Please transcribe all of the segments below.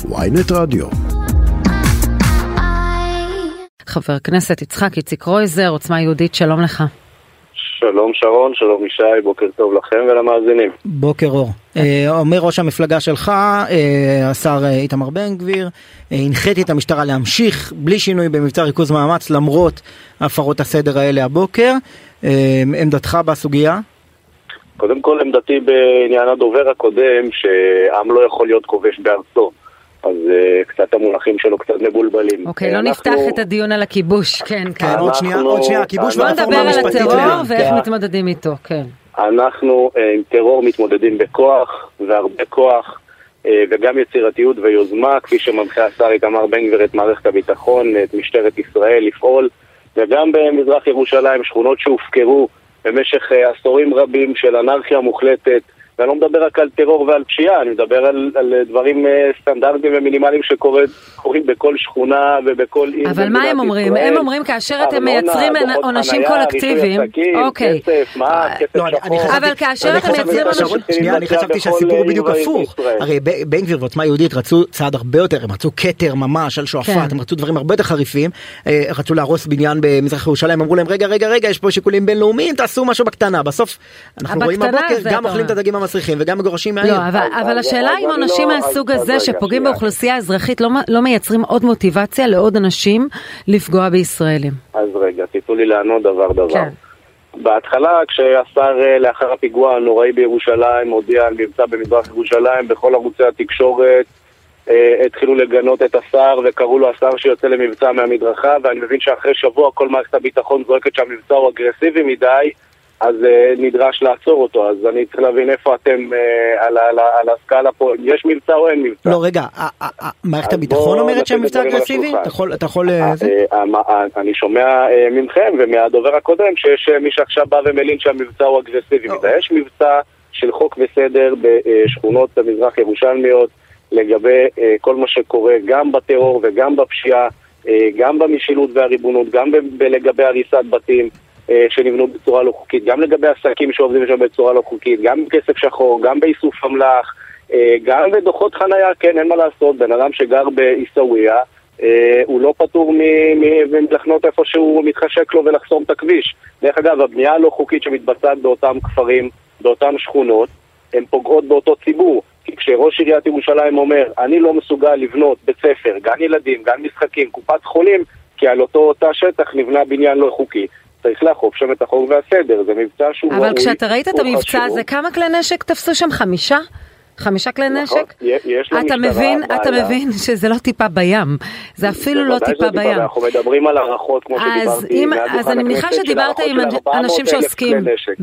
ynet רדיו. חבר הכנסת יצחק איציק רויזר, עוצמה יהודית, שלום לך. שלום שרון, שלום ישי, בוקר טוב לכם ולמאזינים. בוקר אור. אומר ראש המפלגה שלך, השר איתמר בן גביר, הנחיתי את המשטרה להמשיך בלי שינוי במבצע ריכוז מאמץ למרות הפרות הסדר האלה הבוקר. עמדתך בסוגיה? קודם כל עמדתי בעניין הדובר הקודם, שעם לא יכול להיות כובש בארצו. אז קצת המונחים שלו קצת מבולבלים. אוקיי, לא נפתח את הדיון על הכיבוש, כן. עוד שנייה, הכיבוש והרפורמה המשפטית. בוא נדבר על הטרור ואיך מתמודדים איתו, כן. אנחנו עם טרור מתמודדים בכוח, והרבה כוח, וגם יצירתיות ויוזמה, כפי שמנחה השר איתמר בן גביר את מערכת הביטחון, את משטרת ישראל לפעול, וגם במזרח ירושלים, שכונות שהופקרו במשך עשורים רבים של אנרכיה מוחלטת, ואני לא מדבר רק על טרור ועל פשיעה, אני מדבר על דברים סטנדרטיים ומינימליים שקורים בכל שכונה ובכל עיר. אבל מה הם אומרים? הם אומרים כאשר אתם מייצרים עונשים קולקטיביים, אוקיי. אבל כאשר אתם מייצרים עונשים... שנייה, אני חשבתי שהסיפור בדיוק הפוך. הרי בן גביר ועוצמה יהודית רצו צעד הרבה יותר, הם רצו כתר ממש על שועפאט, הם רצו דברים הרבה יותר חריפים, רצו להרוס בניין במזרח ירושלים, אמרו להם רגע, יש פה שיקולים בינלאומיים, תעשו משהו בקטנה. בסוף אנחנו רואים הבוקר, גם אוכלים את הדגים המסריחים וגם מגורשים מהעיר. אבל השאלה אם אנשים מהסוג הזה שפוגעים באוכלוסייה האזרחית לא מייצרים עוד מוטיבציה לעוד אנשים לפגוע בישראלים. אז רגע, תיתנו לי לענות דבר. בהתחלה, כשהשר לאחר הפיגוע הנוראי בירושלים הודיע על מבצע במזרח ירושלים, בכל ערוצי התקשורת התחילו לגנות את השר וקראו לו השר שיוצא למבצע מהמדרכה, ואני מבין שאחרי שבוע כל מערכת הביטחון זועקת שהמבצע הוא אגרסיבי מדי, אז נדרש לעצור אותו. אז אני צריך להבין איפה אתם על הסקאלה פה, יש מבצע או אין מבצע? לא, רגע, מערכת הביטחון אומרת שהמבצע אגרסיבי? אתה יכול... אני שומע ממכם ומהדובר הקודם שיש מי שעכשיו בא ומלין שהמבצע הוא אגרסיבי. יש מבצע של חוק וסדר בשכונות המזרח ירושלמיות לגבי כל מה שקורה גם בטרור וגם בפשיעה, גם במשילות והריבונות, גם לגבי הריסת בתים שנבנו בצורה לא חוקית, גם לגבי עסקים שעובדים שם בצורה לא חוקית, גם בכסף שחור, גם באיסוף אמל"ח, גם בדוחות חנייה, כן, אין מה לעשות, בן אדם שגר בעיסאוויה, הוא לא פטור מלחנות איפה שהוא מתחשק לו ולחסום את הכביש. דרך אגב, הבנייה הלא חוקית שמתבצעת באותם כפרים, באותם שכונות, הן פוגעות באותו ציבור. כי כשראש עיריית ירושלים אומר, אני לא מסוגל לבנות בית ספר, גן ילדים, גן משחקים, קופת חולים, כי על אותו שטח נבנה בניין לא חוקי. צריך לאכוף שם את החוק והסדר, זה מבצע שהוא... אבל כשאתה ראית את המבצע הזה, כמה כלי נשק תפסו שם? 5? 5 כלי נשק? אתה מבין שזה לא טיפה בים. זה אפילו לא טיפה בים. אנחנו מדברים על הערכות כמו שדיברתי. אז אני מניחה שדיברת עם אנשים שעוסקים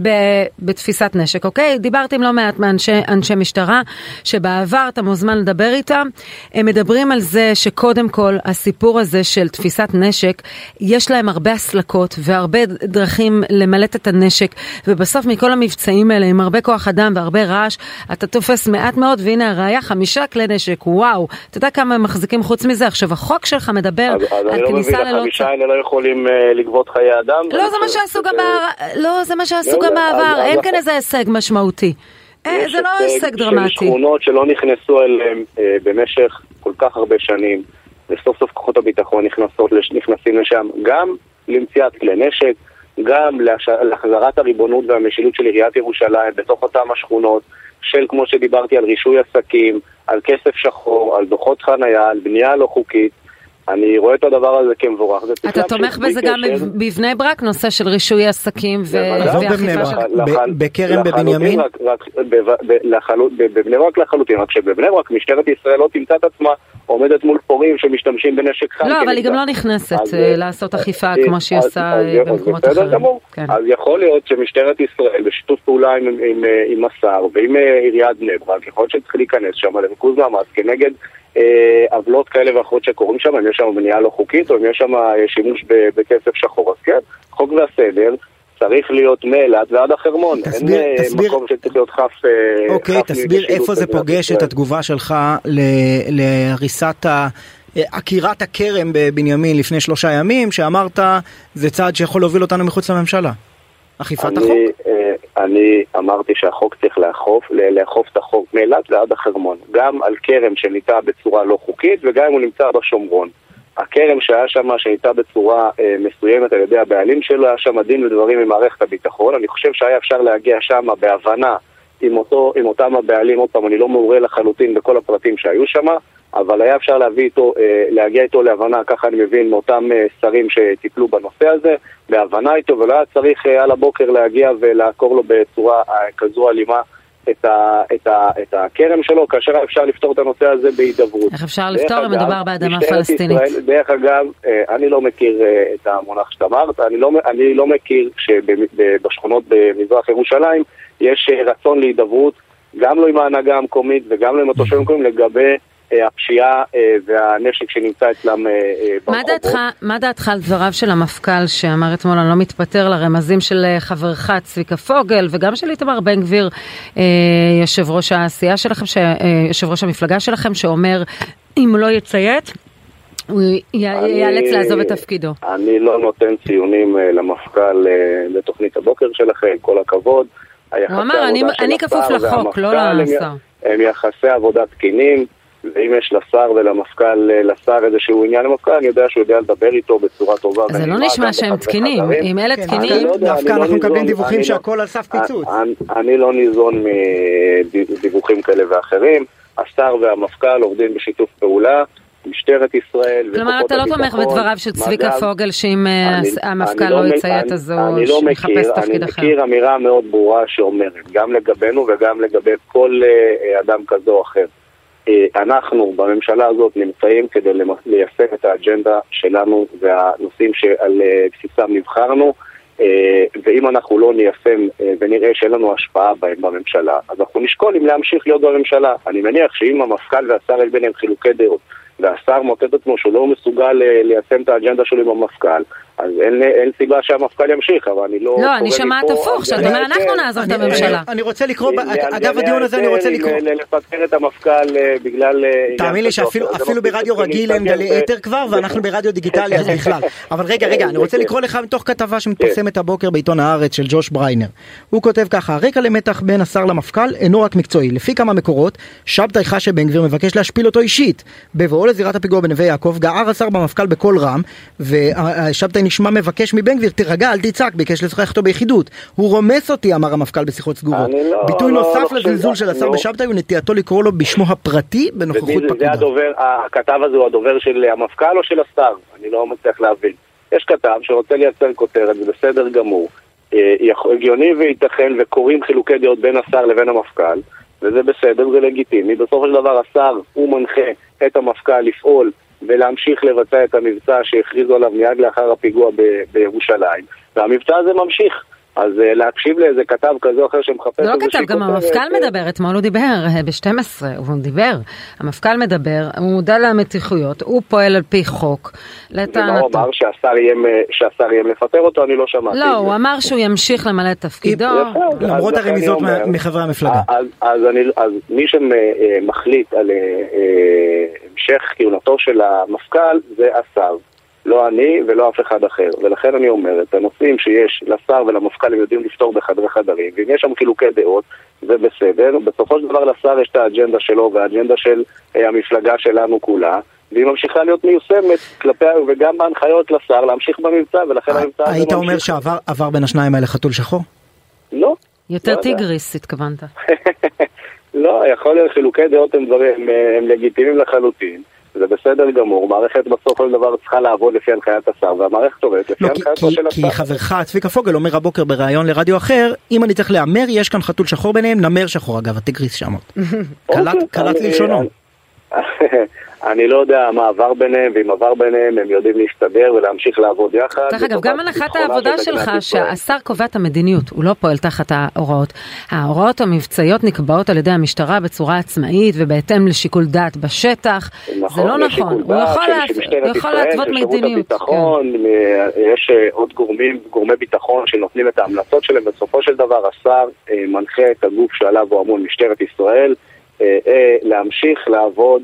בתפיסת נשק, אוקיי? דיברתי עם לא מעט מאנשי משטרה, שבעבר אתה מוזמן לדבר איתם. הם מדברים על זה שקודם כל הסיפור הזה של תפיסת נשק, יש להם הרבה הסלקות והרבה דרכים למלט את הנשק, ובסוף מכל המבצעים האלה, עם הרבה כוח אדם והרבה רעש, אתה תופס מעט מאוד, והנה הראיה, 5 כלי נשק, וואו, אתה יודע כמה הם מחזיקים חוץ מזה? עכשיו, החוק שלך מדבר על כניסה ללא... 5 האלה לא יכולים לגבות חיי אדם? לא, זה מה שעשו גם בעבר, אין כאן איזה הישג משמעותי. זה לא הישג דרמטי. של שכונות שלא נכנסו אליהם במשך כל כך הרבה שנים, וסוף סוף כוחות הביטחון נכנסים לשם, גם למציאת כלי נשק, גם להחזרת הריבונות והמשילות של עיריית ירושלים בתוך אותם השכונות, של כמו שדיברתי על רישוי עסקים, על כסף שחור, על דוחות חנייה, על בנייה לא חוקית. אני רואה את הדבר הזה כמבורך. אתה תומך בזה גם בבני ברק, נושא של רישוי עסקים ואכיפה של... בקרם בבנימין? בבני ברק לחלוטין, רק שבבני ברק משטרת ישראל לא תמצא את עצמה עומדת מול פורים שמשתמשים בנשק חם. לא, אבל היא גם לא נכנסת לעשות אכיפה כמו שהיא עושה במקומות אחרים. אז יכול להיות שמשטרת ישראל בשיתוף פעולה עם השר ועם עיריית בני ברק, יכול להיות שצריך להיכנס שם לריכוז מאמץ כנגד עוולות כאלה ואחרות שקורים שם, אם יש שם בנייה לא חוקית או אם יש שם שימוש בכסף שחור. אז כן, חוק והסדר צריך להיות מאילת ועד החרמון. אין מקום שצריך להיות חף... אוקיי, תסביר איפה זה פוגש את התגובה שלך להריסת עקירת הכרם בבנימין לפני 3 ימים, שאמרת זה צעד שיכול להוביל אותנו מחוץ לממשלה. אכיפת החוק? אני אמרתי שהחוק צריך לאכוף את החוק מאילת ועד החרמון, גם על כרם שניטע בצורה לא חוקית וגם אם הוא נמצא בשומרון. הכרם שהיה שם שניטע בצורה מסוימת על ידי הבעלים שלו, היה שם דין ודברים עם מערכת הביטחון. אני חושב שהיה אפשר להגיע שם בהבנה עם אותם הבעלים. עוד פעם, אני לא מעורה לחלוטין בכל הפרטים שהיו שם, אבל היה אפשר להגיע איתו להבנה, ככה אני מבין, מאותם שרים שטיפלו בנושא הזה, בהבנה איתו, ולא היה צריך על הבוקר להגיע ולעקור לו בצורה כזו אלימה את הכרם שלו, כאשר אפשר לפתור את הנושא הזה בהידברות. איך אפשר לפתור אם מדובר באדמה פלסטינית? דרך אגב, אני לא מכיר את המונח שאתה אמרת, אני לא מכיר שבשכונות במזרח ירושלים יש רצון להידברות, גם לא עם ההנהגה המקומית וגם לא עם התושבים המקומיים לגבי הפשיעה והנשק שנמצא אצלם ברחובות. מה דעתך על דבריו של המפכ"ל שאמר אתמול אני לא מתפטר לרמזים של חברך צביקה פוגל וגם של איתמר בן גביר, יושב ראש העשייה שלכם, יושב ראש המפלגה שלכם, שאומר אם לא יציית הוא ייאלץ לעזוב את תפקידו? אני לא נותן ציונים למפכ"ל לתוכנית הבוקר שלכם, כל הכבוד. הוא אמר אני כפוף לחוק, לא לשר. הם יחסי עבודה תקינים, ואם יש לשר ולמפכ"ל, לשר איזשהו עניין למפכ"ל, אני יודע שהוא יודע לדבר איתו בצורה טובה. זה לא נשמע שהם תקינים, אם אלה תקינים... דווקא אנחנו מקבלים דיווחים שהכל על סף פיצוץ. אני לא ניזון מדיווחים כאלה ואחרים, השר והמפכ"ל עובדים בשיתוף פעולה, משטרת ישראל... כלומר, אתה לא תומך בדבריו של צביקה פוגל, שאם המפכ"ל לא יציית אז הוא יחפש תפקיד אחר. אני לא מכיר אמירה מאוד ברורה שאומרת, גם לגבינו וגם לגבי כל אדם כזה או אחר. אנחנו בממשלה הזאת נמצאים כדי ליישם את האג'נדה שלנו והנושאים שעל בסיסם נבחרנו, ואם אנחנו לא ניישם ונראה שאין לנו השפעה בהם בממשלה, אז אנחנו נשקול אם להמשיך להיות בממשלה. אני מניח שאם המפכ"ל והשר יש ביניהם חילוקי דעות, והשר מוטט עצמו שהוא לא מסוגל ליישם את האג'נדה שלו עם המפכ"ל, אז אין סיבה שהמפכ"ל ימשיך, אבל אני לא... לא, אני שמעת הפוך, שאתה אומר אנחנו נעזוב את הממשלה. אני רוצה לקרוא, אגב הדיון הזה אני רוצה לקרוא. לפטר את המפכ"ל בגלל... תאמין לי שאפילו ברדיו רגיל הם גלי יתר כבר, ואנחנו ברדיו דיגיטלי אז בכלל. אבל רגע, אני רוצה לקרוא לך מתוך כתבה שמתפרסמת הבוקר בעיתון הארץ של ג'וש בריינר. הוא כותב ככה, הרקע למתח בין השר למפכ"ל אינו רק מקצועי. לפי כמה מקורות, שבתאי חשב בן גביר מבקש להשפיל אותו אישית. בבואו לזירת הפיגוע בנווה יעקב, גער השר במפכ"ל בקול רם, ושבתאי נשמע מבקש מבן גביר, תירגע, אל תצעק, ביקש לשוחח אותו ביחידות. הוא רומס אותי, אמר המפכ"ל בשיחות סגורות. ביטוי נוסף לזלזול של השר בשבתאי הוא נטייתו לקרוא לו בשמו הפרטי בנוכחות פקודה. הכתב הזה הוא הדובר של המפכ"ל או של השר? אני לא מצליח להבין. יש כתב שרוצה לייצר כותרת, זה בסדר גמור. הגיוני וייתכן וקוראים חילוקי דעות בין השר לבין המפכ"ל, וזה בסדר, זה לגיטימי. בסופו של דבר השר הוא מנחה את המפכ"ל לפעול ולהמשיך לבצע את המבצע שהכריזו עליו מיד לאחר הפיגוע בירושלים, והמבצע הזה ממשיך. אז להקשיב לאיזה כתב כזה או אחר שמחפש... לא כתב, גם המפכ"ל מדבר, אתמול הוא דיבר ב-12, הוא דיבר, המפכ"ל מדבר, הוא מודע למתיחויות, הוא פועל על פי חוק, לטענתו. הוא אמר שהשר יהיה לפטר אותו, אני לא שמעתי. לא, הוא אמר שהוא ימשיך למלא את תפקידו. למרות הרמיזות מחברי המפלגה. אז מי שמחליט על המשך כהונתו של המפכ"ל זה השר. לא אני ולא אף אחד אחר, ולכן אני אומר, את הנושאים שיש לשר ולמפכ"ל הם יודעים לפתור בחדרי חדרים, ואם יש שם חילוקי דעות, זה בסדר. בסופו של דבר לשר יש את האג'נדה שלו והאג'נדה של המפלגה שלנו כולה, והיא ממשיכה להיות מיושמת כלפי, וגם בהנחיות לשר להמשיך במבצע, ולכן המבצע... היית אומר שעבר בין השניים האלה חתול שחור? לא. יותר טיגריס התכוונת. לא, יכול להיות חילוקי דעות הם לגיטימיים לחלוטין. זה בסדר גמור, מערכת בסוף כל דבר צריכה לעבוד לפי הנחיית השר, והמערכת עובדת לפי הנחייתו של השר. כי חברך צביקה פוגל אומר הבוקר בראיון לרדיו אחר, אם אני צריך לאמר, יש כאן חתול שחור ביניהם, נמר שחור, אגב, הטיגריס שאמרת. קלט ללשונו. אני לא יודע מה עבר ביניהם, ואם עבר ביניהם הם יודעים להסתדר ולהמשיך לעבוד יחד. דרך אגב, גם הנחת העבודה שלך שהשר קובע את המדיניות, הוא לא פועל תחת ההוראות. ההוראות המבצעיות נקבעות על ידי המשטרה בצורה עצמאית ובהתאם לשיקול דעת בשטח. זה לא נכון. הוא יכול להתוות מדיניות. יש עוד גורמי ביטחון שנותנים את ההמלצות שלהם. בסופו של דבר השר מנחה את הגוף שעליו הוא אמון, משטרת ישראל, להמשיך לעבוד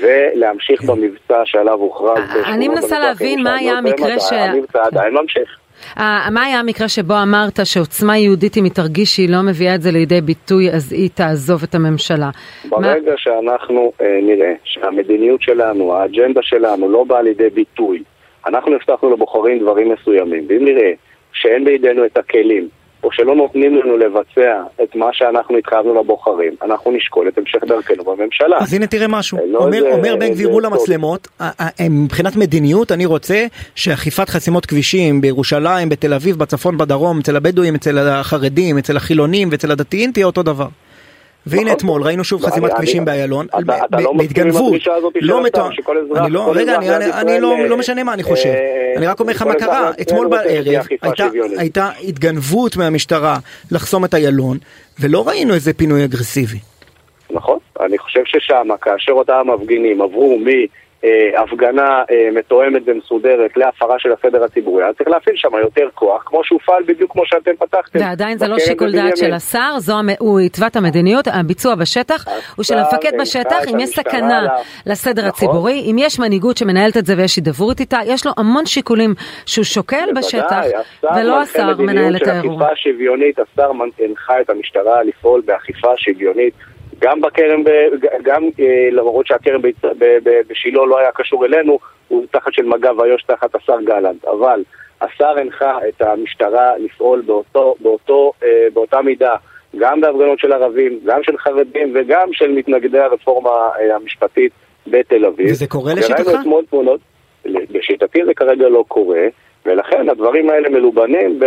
ולהמשיך במבצע שעליו הוכרז. אני מנסה להבין מה היה המקרה המבצע עדיין ממשיך. מה היה המקרה שבו אמרת שעוצמה יהודית, אם היא תרגיש שהיא לא מביאה את זה לידי ביטוי, אז היא תעזוב את הממשלה? ברגע שאנחנו נראה שהמדיניות שלנו, האג'נדה שלנו לא באה לידי ביטוי, אנחנו הבטחנו לבוחרים דברים מסוימים, ואם נראה שאין בידינו את הכלים, או שלא נותנים לנו לבצע את מה שאנחנו התחייבנו לבוחרים, אנחנו נשקול את המשך דרכנו בממשלה. אז הנה תראה משהו, אומר בן גביר מול המצלמות, מבחינת מדיניות אני רוצה שאכיפת חסימות כבישים בירושלים, בתל אביב, בצפון, בדרום, אצל הבדואים, אצל החרדים, אצל החילונים ואצל הדתיים תהיה אותו דבר. והנה אתמול ראינו שוב חסימת כבישים באיילון, בהתגנבות, לא מתואם, אני לא משנה מה אני חושב, אני רק אומר לך מה קרה, אתמול בערב הייתה התגנבות מהמשטרה לחסום את איילון, ולא ראינו איזה פינוי אגרסיבי. נכון, אני חושב ששם, כאשר אותם המפגינים עברו הפגנה מתואמת ומסודרת להפרה של הסדר הציבורי, אז צריך להפעיל שם יותר כוח, כמו שהופעל בדיוק כמו שאתם פתחתם. ועדיין זה לא שיקול דעת של השר, הוא התווה את המדיניות, הביצוע בשטח, הוא של המפקד בשטח, אם יש סכנה לסדר הציבורי, אם יש מנהיגות שמנהלת את זה ויש הידברות איתה, יש לו המון שיקולים שהוא שוקל בשטח, ולא השר מנהל את האירוע. השר הנחה את המשטרה לפעול באכיפה שוויונית, גם בכרם, גם למרות שהכרם בשילה לא היה קשור אלינו, הוא תחת של מג"ב איו"ש תחת השר גלנט, אבל השר הנחה את המשטרה לפעול באותה מידה, גם בהפגנות של ערבים, גם של חרדים וגם של מתנגדי הרפורמה המשפטית בתל אביב. וזה קורה לשיטתך? בשיטתי זה כרגע לא קורה, ולכן הדברים האלה מלובנים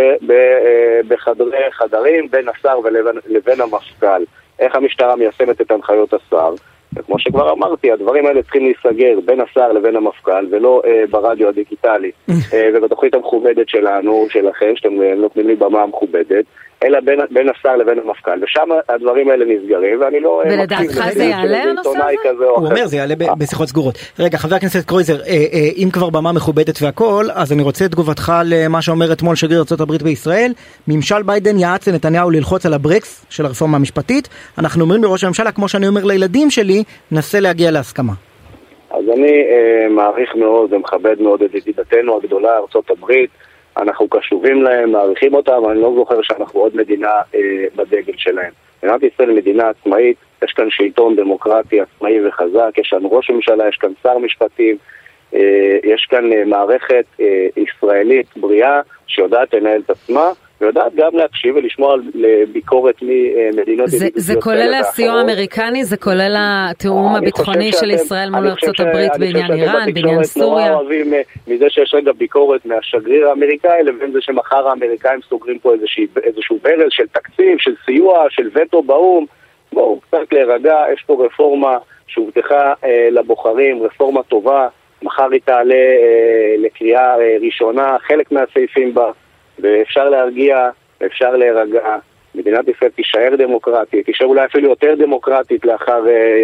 בחדרים בין השר לבין המפכ"ל. איך המשטרה מיישמת את הנחיות השר, וכמו שכבר אמרתי, הדברים האלה צריכים להיסגר בין השר לבין המפכ"ל, ולא ברדיו הדיגיטלי, ובתוכנית המכובדת שלנו, שלכם, שאתם נותנים לי במה המכובדת, אלא בין השר לבין המפכ"ל, ושם הדברים האלה נסגרים, ואני לא... ולדעתך זה יעלה הנושא הזה? הוא אומר, זה יעלה בשיחות סגורות. רגע, חבר הכנסת קרויזר, אם כבר במה מכובדת והכל, אז אני רוצה את תגובתך למה שאומר אתמול שגריר ארצות הברית בישראל, ממשל ביידן יעץ לנתניהו ללחוץ על הברקס של הרפורמה המשפטית, אנחנו אומרים לראש הממשלה, כמו שאני אומר לילדים שלי, נסה להגיע להסכמה. אז אני מעריך מאוד ומכבד מאוד את ידידתנו הגדולה, ארצות הברית, אנחנו קשובים להם, מעריכים אותם, אני לא זוכר שאנחנו עוד מדינה בדגל שלהם. מדינת ישראל מדינה עצמאית, יש כאן שלטון דמוקרטי עצמאי וחזק, יש כאן ראש ממשלה, יש כאן שר משפטים, יש כאן מערכת ישראלית בריאה שיודעת לנהל את עצמה, ויודעת גם להקשיב ולשמוע על ביקורת ממדינות... זה כולל הסיוע האמריקני? זה כולל התיאום הביטחוני של ישראל מול ארצות הברית בעניין איראן, בעניין סוריה? נורא אוהבים מזה שיש רגע ביקורת מהשגריר האמריקאי, לבין זה שמחר האמריקאים סוגרים פה איזשהו ברז של תקציב, של סיוע, של וטו באום. בואו, קצת להירגע, יש פה רפורמה שהובטחה לבוחרים, רפורמה טובה, מחר היא תעלה לקריאה ראשונה, חלק מהסעיפים בה, ואפשר להרגיע, אפשר להירגע. מדינת ישראל תישאר דמוקרטית, תישאר אולי אפילו יותר דמוקרטית לאחר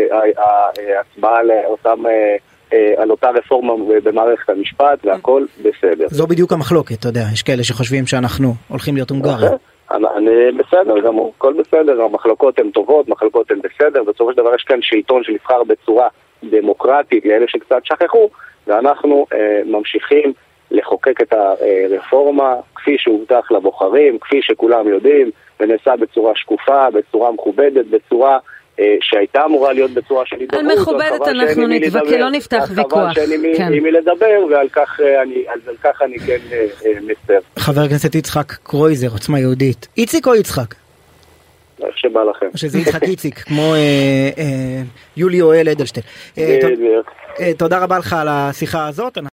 ההצבעה על אותה רפורמה במערכת המשפט, והכל בסדר. זו בדיוק המחלוקת, אתה יודע, יש כאלה שחושבים שאנחנו הולכים להיות הונגריה. אני בסדר גמור, הכל בסדר, המחלוקות הן טובות, מחלוקות הן בסדר, בסופו של דבר יש כאן שלטון שנבחר בצורה דמוקרטית, לאלה שקצת שכחו, ואנחנו ממשיכים לחוקק את הרפורמה כפי שהובטח לבוחרים, כפי שכולם יודעים, ונעשה בצורה שקופה, בצורה מכובדת, בצורה שהייתה אמורה להיות בצורה של הידברות. על מכובדת אנחנו נתווכח, לא נפתח ויכוח. עם מי לדבר, ועל כך אני כן מצטער. חבר הכנסת יצחק קרויזר, עוצמה יהודית. איציק או יצחק? איך שבא לכם. או שזה יצחק איציק, כמו יולי אוהל אדלשטיין. תודה רבה לך על השיחה הזאת.